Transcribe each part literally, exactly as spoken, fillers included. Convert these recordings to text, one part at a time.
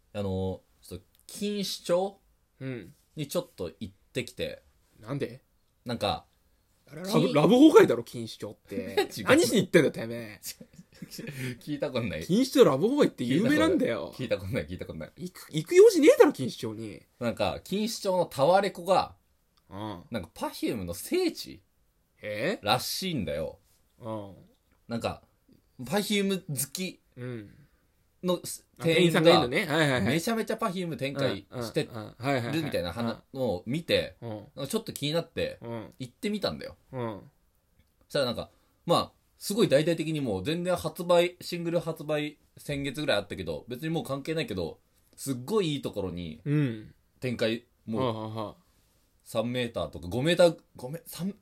あのちょっと錦糸町うんにちょっと行ってきて、 なんでなんかラブラブ崩壊だろ錦糸町って違う何しに行ってんだよてめえ聞いたことない錦糸町ラブ崩壊って有名なんだよ聞いたことない聞いたことない行く行く用事ねえだろ錦糸町になんか錦糸町のタワレコがうんなんか Perfume の聖地えらしいんだよ。 うんなんか Perfume 好きうんの店店員が員さんがいるのねはいはいはいめちゃめちゃ Perfume 展開してるみたいな話を見て、 うんなんかちょっと気になってうん行ってみたんだよ。 うんそしたらなんかまあすごい大々的にもう全然発売シングル発売先月ぐらいあったけど別にもう関係ないけどすっごいいいところにうん展開もうはあはあさんメーターとかごメーターごメさん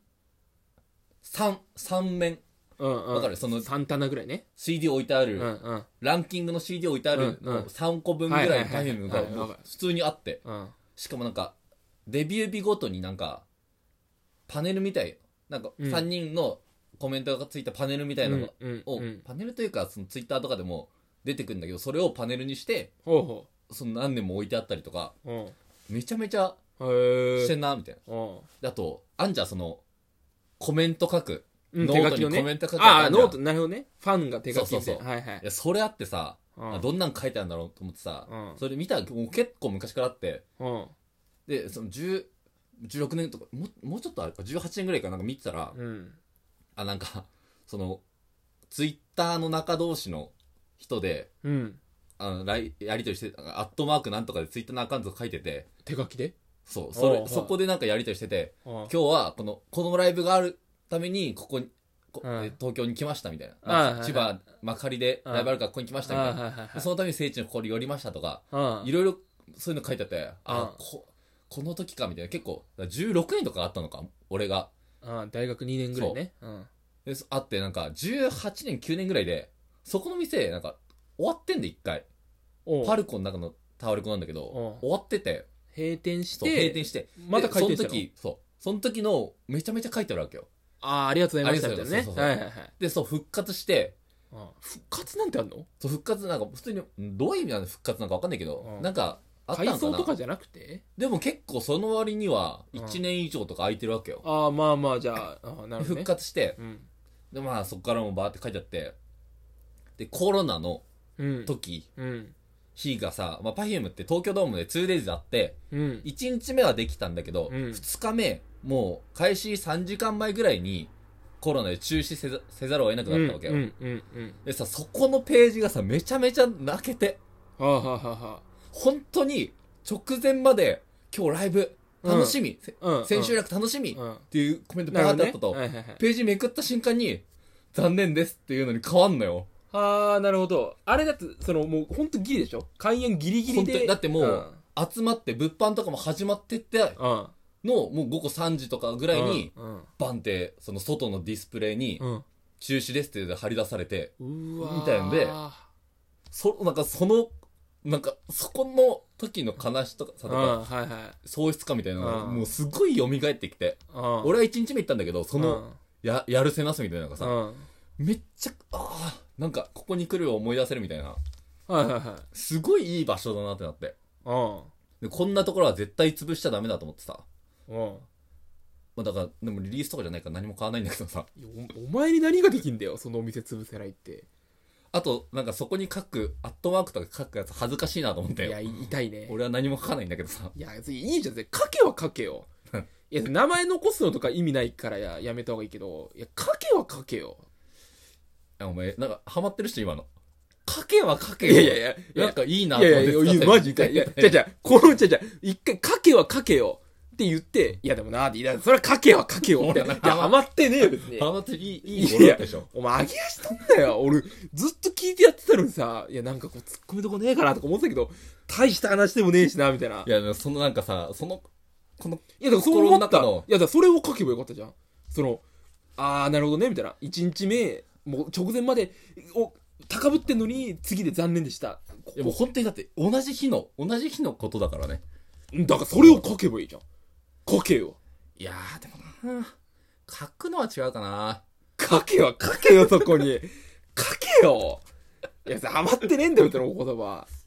3, 3面うんうんわかるそのサンタナぐらいねシーディー 置いてある、 うんうんランキングの シーディー 置いてあるうんうんのさんこぶんぐらいのはいはいはい Perfume がもうはいわかる普通にあってうんしかもなんかデビュー日ごとになんかパネルみたいなんかうんさんにんのコメントがついたパネルみたいなのうんを、 うんうんパネルというかそのツイッターとかでも出てくるんだけどそれをパネルにしてほうほその何年も置いてあったりとかううんめちゃめちゃへえしてんなみたいな。 うんであとあんじゃんそのコメント書くうんノートにコメント書くあああんじゃんノートなるほどねファンが手書きみたいなそうそうそうはいはいいやそれあってさ、 うんあどんなん書いてあるんだろうと思ってさ、 うんそれ見たらもう結構昔からあってうんでそのじゅうじゅうろくねんとかももうちょっとあるかじゅうはちねんぐらいかなんか見てたら、 うんあなんかそのツイッターの中同士の人でうんあのライやり取りしてアットマークなんとかでツイッターのアカウント書いてて手書きでそうそれおうおうそこでなんかやり取りしてて今今日はこのこのライブがあるためにここにこうんえ東京に来ましたみたいな、 あはいはい千葉幕張でライブあるからここに来ましたみたいな、 はいはいはいでそのために聖地のここに寄りましたとかうんいろいろそういうの書いてあってあうんここの時かみたいな結構じゅうろくねんとかあったのか俺がうん大学にねんぐらいねうんであってなんかじゅうはちねんきゅうねんぐらいでそこの店なんか終わってんで一回おうパルコの中のタワレコなんだけどおう終わってて閉店しそうて閉店してまたで開店したのその時そうその時のめちゃめちゃ書いてあるわけよああありがとうございましたみたいなねありがとうございますはいはいはいでそう復活してうん復活なんてあんのそう復活なんか普通にんどういう意味なの復活なんか分かんないけど、 うんなんかあったのかな改装とかじゃなくてでも結構その割にはいちねん以上とか空いてるわけよ、 ああまあまあじゃああーなるほどね復活してうんでまあそこからもバーって書いてあってでコロナのうん時うん日がさ、まあ、Perfume って東京ドームで ツーデイズ あってうんいちにちめはできたんだけど、 うんふつかめもう開始さんじかんまえぐらいにコロナで中止せざせざるを得なくなったわけよ、 うんうんうんでさそこのページがさめちゃめちゃ泣けてはあはあはあは本当に直前まで今日ライブ楽しみ、せあうん千秋楽楽しみっうんていうコメントなるほどねバーってあったと、 はいはいはいページめくった瞬間に残念ですっていうのに変わんのよああなるほどあれだってそのもうほんとギリでしょ開演ギリギリで本当にだってもうんう集まって物販とかも始まってってうんのもう午後さんじとかぐらいにうんバンってその外のディスプレイにうん中止ですって貼り出されてうわーみたいんでそなんかそのなんかそこの時の悲しさとかさとうんかはいはい喪失感みたいなのがうんもうすごい蘇ってきてうん俺はいちにちめ行ったんだけどそのうんややるせなすみたいなのがさうんめっちゃああなんかここに来るを思い出せるみたいなはいはいはいすごいいい場所だなってなってうんでこんなところは絶対潰しちゃダメだと思ってさ、 うんまあ、だからでもリリースとかじゃないから何も買わないんだけどさいやおお前に何ができんだよそのお店潰せないってあとなんかそこに書くアットマークとか書くやつ恥ずかしいなと思っていやい痛いね俺は何も書かないんだけどさいやいいじゃん書けは書けよいや名前残すのとか意味ないからややめた方がいいけどいや書けは書けよいやお前なんかハマってる人今の書けは書けよいやいやいやいやなんかいいなといやいやいや思って使ってマジかいやじゃじゃこのじゃじゃ一回書けは書けよって言っていやでもなーっていやそれは書けは書けよっていほらやハマってねえよ別にハマっていいいいものだったでしょお前、揚げ足とんだよ。俺、ずっと聞いてやってたのにさ、いや、なんかこう、突っ込みどこねえかなとか思ってたけど、大した話でもねえしな、みたいな。 いやでもそのなんかさそのこのいや、だからそう思った。 心の中のいや、だからそれを書けばよかったじゃん。その、あー、なるほどね、みたいな。一日目、もう直前まで、お、高ぶってんのに、次で残念でした。こいやもう本当にだって同じ日の同じ日のことだからねだからそれを書けばいいじゃん。書けよ。 いやーでもな書くのは違うかな書けよ、書けよ、そこに。書けよ。いや、さ、ハマってねえんだよ、その言葉。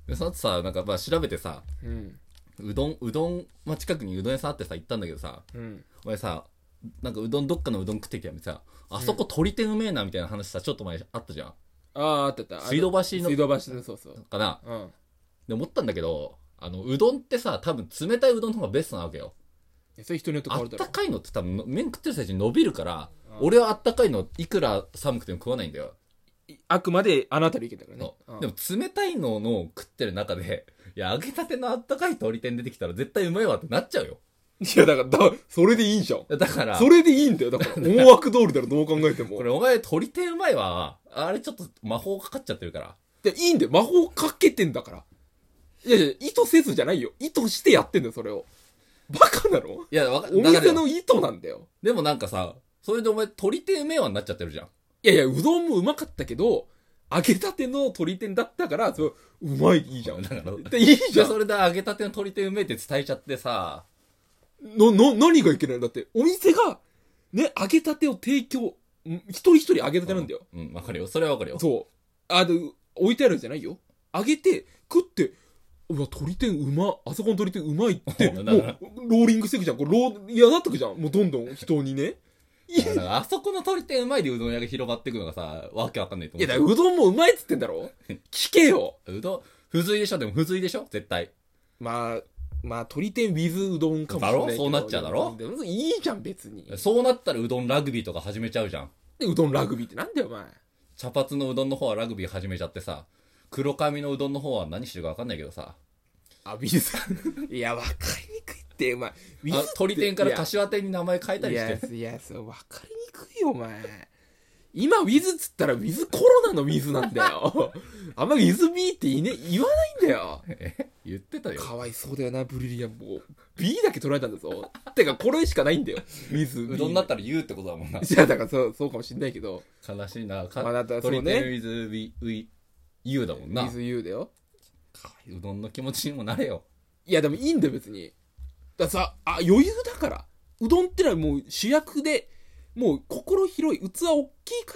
でその後さなんかまあ調べてさうんうどんうどん、まあ、近くにうどん屋さんあってさ行ったんだけどさうん俺さなんかうどんどっかのうどん食ってきたみたいなあそこ鶏天うめえなみたいな話さちょっと前あったじゃんあああったあった水道橋の水道橋のそうそうかなうんで思ったんだけどあのうどんってさ多分冷たいうどんの方がベストなわけよそれ人によって変あわるだろったかいのって多分の麺食ってる最中に伸びるからうん俺はあったかいのいくら寒くても食わないんだよあくまであなたの意見だからねそううんでも冷たいのの食ってる中でいや揚げたてのあったかい鶏天出てきたら絶対うまいわってなっちゃうよいやだからだそれでいいじゃんだからそれでいいんだよだから思惑通りだろどう考えてもこれお前鶏天うまいわあれちょっと魔法かかっちゃってるからいやいいんだよ魔法かけてんだからいやいや意図せずじゃないよ意図してやってんだよそれをバカなのいやわかおだから店の意図なんだよでもなんかさそれでお前鶏天うめえわになっちゃってるじゃんいやいやうどんもうまかったけど揚げたての鶏天だったからそううまいいいじゃんだからでいいじゃんそれで揚げたての鶏天うめえって伝えちゃってさの、の、何がいけないんだって、お店が、ね、揚げたてを提供、ん一人一人揚げたてなんだよ。 うんわかるよそれはわかるよそう。あ、で、置いてあるんじゃないよ。揚げて、食って、うわ、鶏天うま、あそこの鶏天うまいって、もう、ローリングしていくじゃん。これ、ロー、嫌だってくじゃん。もうどんどん人にね。いや、 だからあそこの鶏天うまいでうどん屋が広がっていくのがさわけわかんないと思ういやだからうどんもうまいっつってんだろ聞けよ。 うどん不随でしょでも不随でしょ絶対まあ、まあ、鶏天 with うどんかもしれないけど。 だろそうなっちゃうだろでもいいじゃん、別に。 そうなったらうどんラグビーとか始めちゃうじゃんで、うどんラグビーってなんだよ、お前。 茶髪のうどんの方はラグビー始めちゃってさ黒髪のうどんの方は何してるかわかんないけどさあ、水。いや、わかりにくいって、お前。 あ鶏天から柏天に名前変えたりしていや、いや、そう、わかりにくいよ、お前。今、ウィズっつったら、ウィズコロナのウィズなんだよ。あんまウィズビーっていね、言わないんだよ。 え言ってたよかわいそうだよな、ブリリアン。もう、B だけ取られたんだぞ。てか、これしかないんだよ。ウィズ。 うどんだったら言うってことだもんないや、だからそう、そうかもしんないけど。 悲しいなかまあだったらそうね鶏天 with we we you だもんなウィズ U だよ。 うどんの気持ちにもなれよいや、でもいいんだよ、別に。だからさ、あ、余裕だから。うどんってのはもう主役で、もう心広い、器大きいから、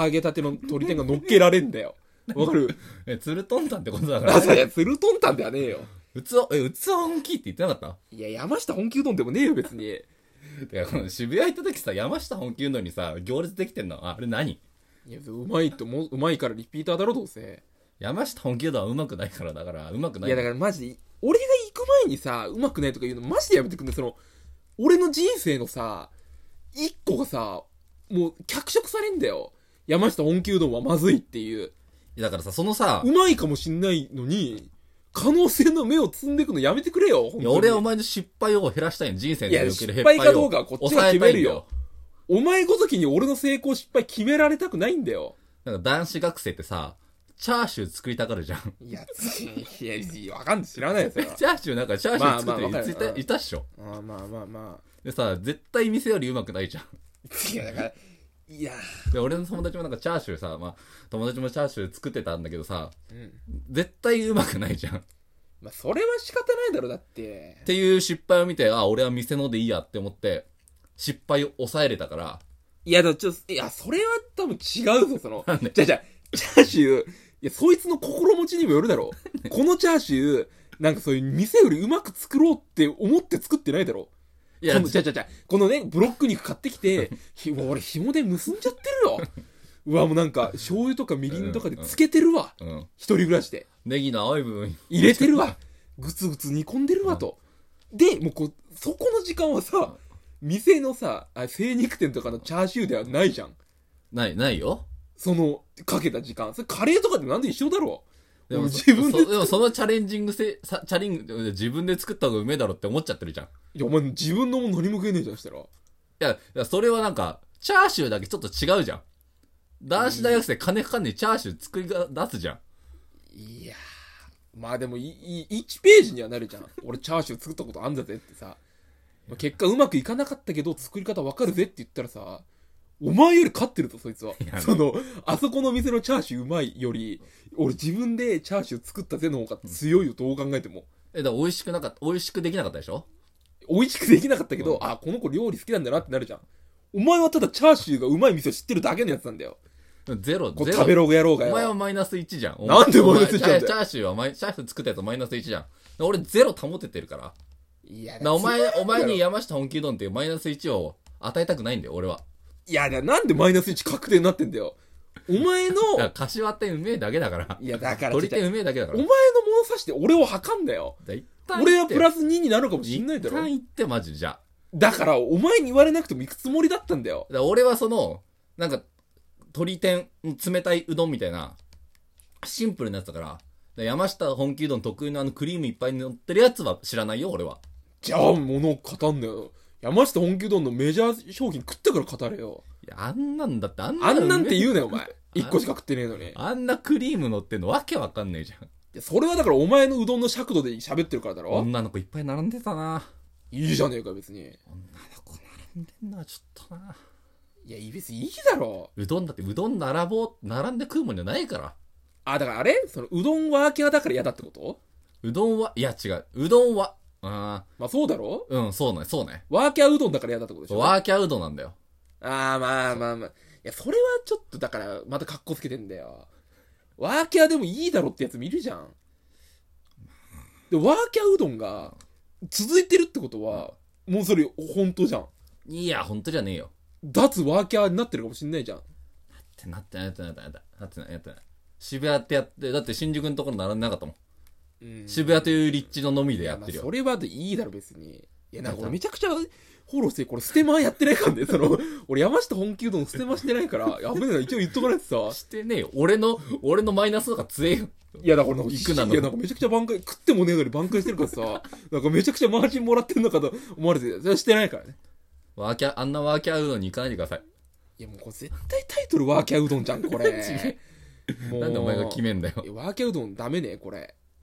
揚げたての鶏天が乗っけられんだよ。わかるえつるとんたんってことだかあ、 らいや、つるとんたんではねえよ。 器え器大きいって言ってなかっいや、山下本気うどんでもねえよ、別に。 たてかこの渋谷行った時さ山下本気うどんにさ行列できてんのあれ何いや、うまいってもう、うまいからリピーターだろ、どうせ。 山下本気うどんはうまくないからだからうまくないいや、だからマジで、俺が行く前にさ、うまくないとか言うの、マジでやめてくんね。その、俺の人生のさ、一個がさ、もう脚色されんだよ。山下本気うどんはまずいっていう。 いやだからさそのさうまいかもしんないのに、可能性の目を積んでいくのやめてくれよ。 いや俺はお前の失敗を減らしたいの人生いや、 でおけ失る失敗を敗かどうかはこっちが決めるよ。 抑お前ごときに俺の成功失敗決められたくないんだよ。 えたいんだよなんか男子学生ってさチャーシュー作りたがるじゃんいや、いや、いやわかんない。知らないよ、それは。 チャーシューなんかチャーシュー作ってるまあまあわかるいついたいたっしょああ、まあまあまでさ絶対店よりうまくないじゃんあ。いや、だから、いや、 で俺の友達もなんかチャーシューさ、まあ、友達もチャーシュー作ってたんだけどさうん。 絶対うまくないじゃんっまあ、それは仕方ないだろ、だって。 ていう失敗を見てあ俺は店のでいいやって思って失敗を抑えれたからいや、だちょっと、いや、それは多分違うぞ、その。 なんでじゃあじゃあチャーシュー、いや、そいつの心持ちにもよるだろ。このチャーシュー、なんかそういう店よりうまく作ろうって思って作ってないだろ。 いやこのじゃあじゃあじゃあこのね、ブロック肉買ってきて、ひもう俺紐で結んじゃってるよ。うわ、もうなんか、醤油とかみりんとかでつけてるわ。 うん一人暮らしで。 ネギの青い部分入れてるわ。ぐつぐつ煮込んでるわと。で、もうこう、そこの時間はさ、店のさ、あ精肉店とかのチャーシューではないじゃん。 ないないよその、かけた時間。それカレーとかでなんで一緒だろう。 でも自分でそでもそのチャレンジングせさチャレンジ自分で作った方がうめえだろって思っちゃってるじゃんいや、お前自分のもん何も食えねえじゃん、したら。 いやいやそれはなんかチャーシューだけちょっと違うじゃん男子大学生金かかんねえチャーシュー作りが出すじゃんいやー、まあでもい、い、いちページにはなるじゃん。俺チャーシュー作ったことあんだぜってさ。まあ結果うまくいかなかったけど作り方わかるぜって言ったらさ、お前より勝ってるぞ、そいつは。その、あそこの店のチャーシューうまいより、俺自分でチャーシュー作ったぜの方が強いよ、どう考えても。 えだから美味しくなかった美味しくできなかったでしょ美味しくできなかったけど、 うんあ、この子料理好きなんだなってなるじゃん。お前はただチャーシューがうまい店を知ってるだけのやつなんだよ。 ゼロ、ゼロ。 こう食べログやろうがよ。 お前はマイナスいちじゃん。 なんでマイナスいちなんだよチャーシューはマイ、チャーシュー作ったやつマイナスいちじゃん。俺ゼロ保ててるから。 いや、 なお前、お前に山下本気うどんっていうマイナスいちを与えたくないんだよ、俺は。 いや、なんでマイナスいち確定になってんだよ。お前の、 だから柏ってうめえだけだから。 いや、だから、 鳥ってうめえだけだから。 お前の物差しで俺を測んだよ。俺はプラスにになるかもしんないだろ。 一旦言ってマジでじゃあ。 だから、お前に言われなくても行くつもりだったんだよ。 だから俺はその、なんか、鶏天、冷たいうどんみたいな、シンプルなやつだから、だから山下本気うどん得意のあのクリームいっぱいに乗ってるやつは知らないよ、俺は。 じゃあ、物を語んだよ。山下本気うどんのメジャー商品食ったから語れよ。 いや、あんなんだって、あんなあんなんて言ううなよ、お前。一個しか食ってねえのに。いあんなクリーム乗ってんのわけわかんねえじゃん。 や、それはだからお前のうどんの尺度で喋ってるからだろ。 女の子いっぱい並んでたな。 いいじゃねえか、別に。 女の子並んでんな、ちょっとな。 いや、別にいいだろ。 うどんだってうどん並ぼう、並んで食うもんじゃないから。 あ、だからあれその、うどんワーキャーだから嫌だってこと？ うどんは、いや違う。うどんは、あまあそうだろ？ ーうん、そうね、そうね。 ワーキャーうどんだから嫌だってことでしょ？ ワーキャーうどんなんだよ。 ああ、まあまあまあ。いや、それはちょっとだから、また格好つけてんだよ。ワーキャーでもいいだろってやつ見るじゃん。で、ワーキャーうどんが続いてるってことは、もうそれ本当じゃん。 いや、ほんとじゃねえよ。 脱ワーキャーになってるかもしんないじゃん。 ってなってない、やってない、やってない、やってない、やってない。渋谷ってやって、だって新宿のところ並んでなかったもん。 うん渋谷という立地ののみでいや、まあやってるよ。 それはでいいだろ別に。いや、なんか俺めちゃくちゃフォローして、これステマやってないからね。その、俺山下本気うどんステマしてないから、やべえな、一応言っとかないとさ。 してねえよ。俺の、俺のマイナスとか強えよ。 いや、だからなんか、 いくなのいや、なんかめちゃくちゃ挽回、食ってもねえのに挽回してるからさ、なんかめちゃくちゃマージンもらってんのかと思われて、それはしてないからね。 ワーキャー、あんなワーキャーうどんに行かないでください。 いや、もうこれ絶対タイトルワーキャーうどんじゃん、これ。もうなんでお前が決めんだよ。 いやワーキャーうどんダメね、これ。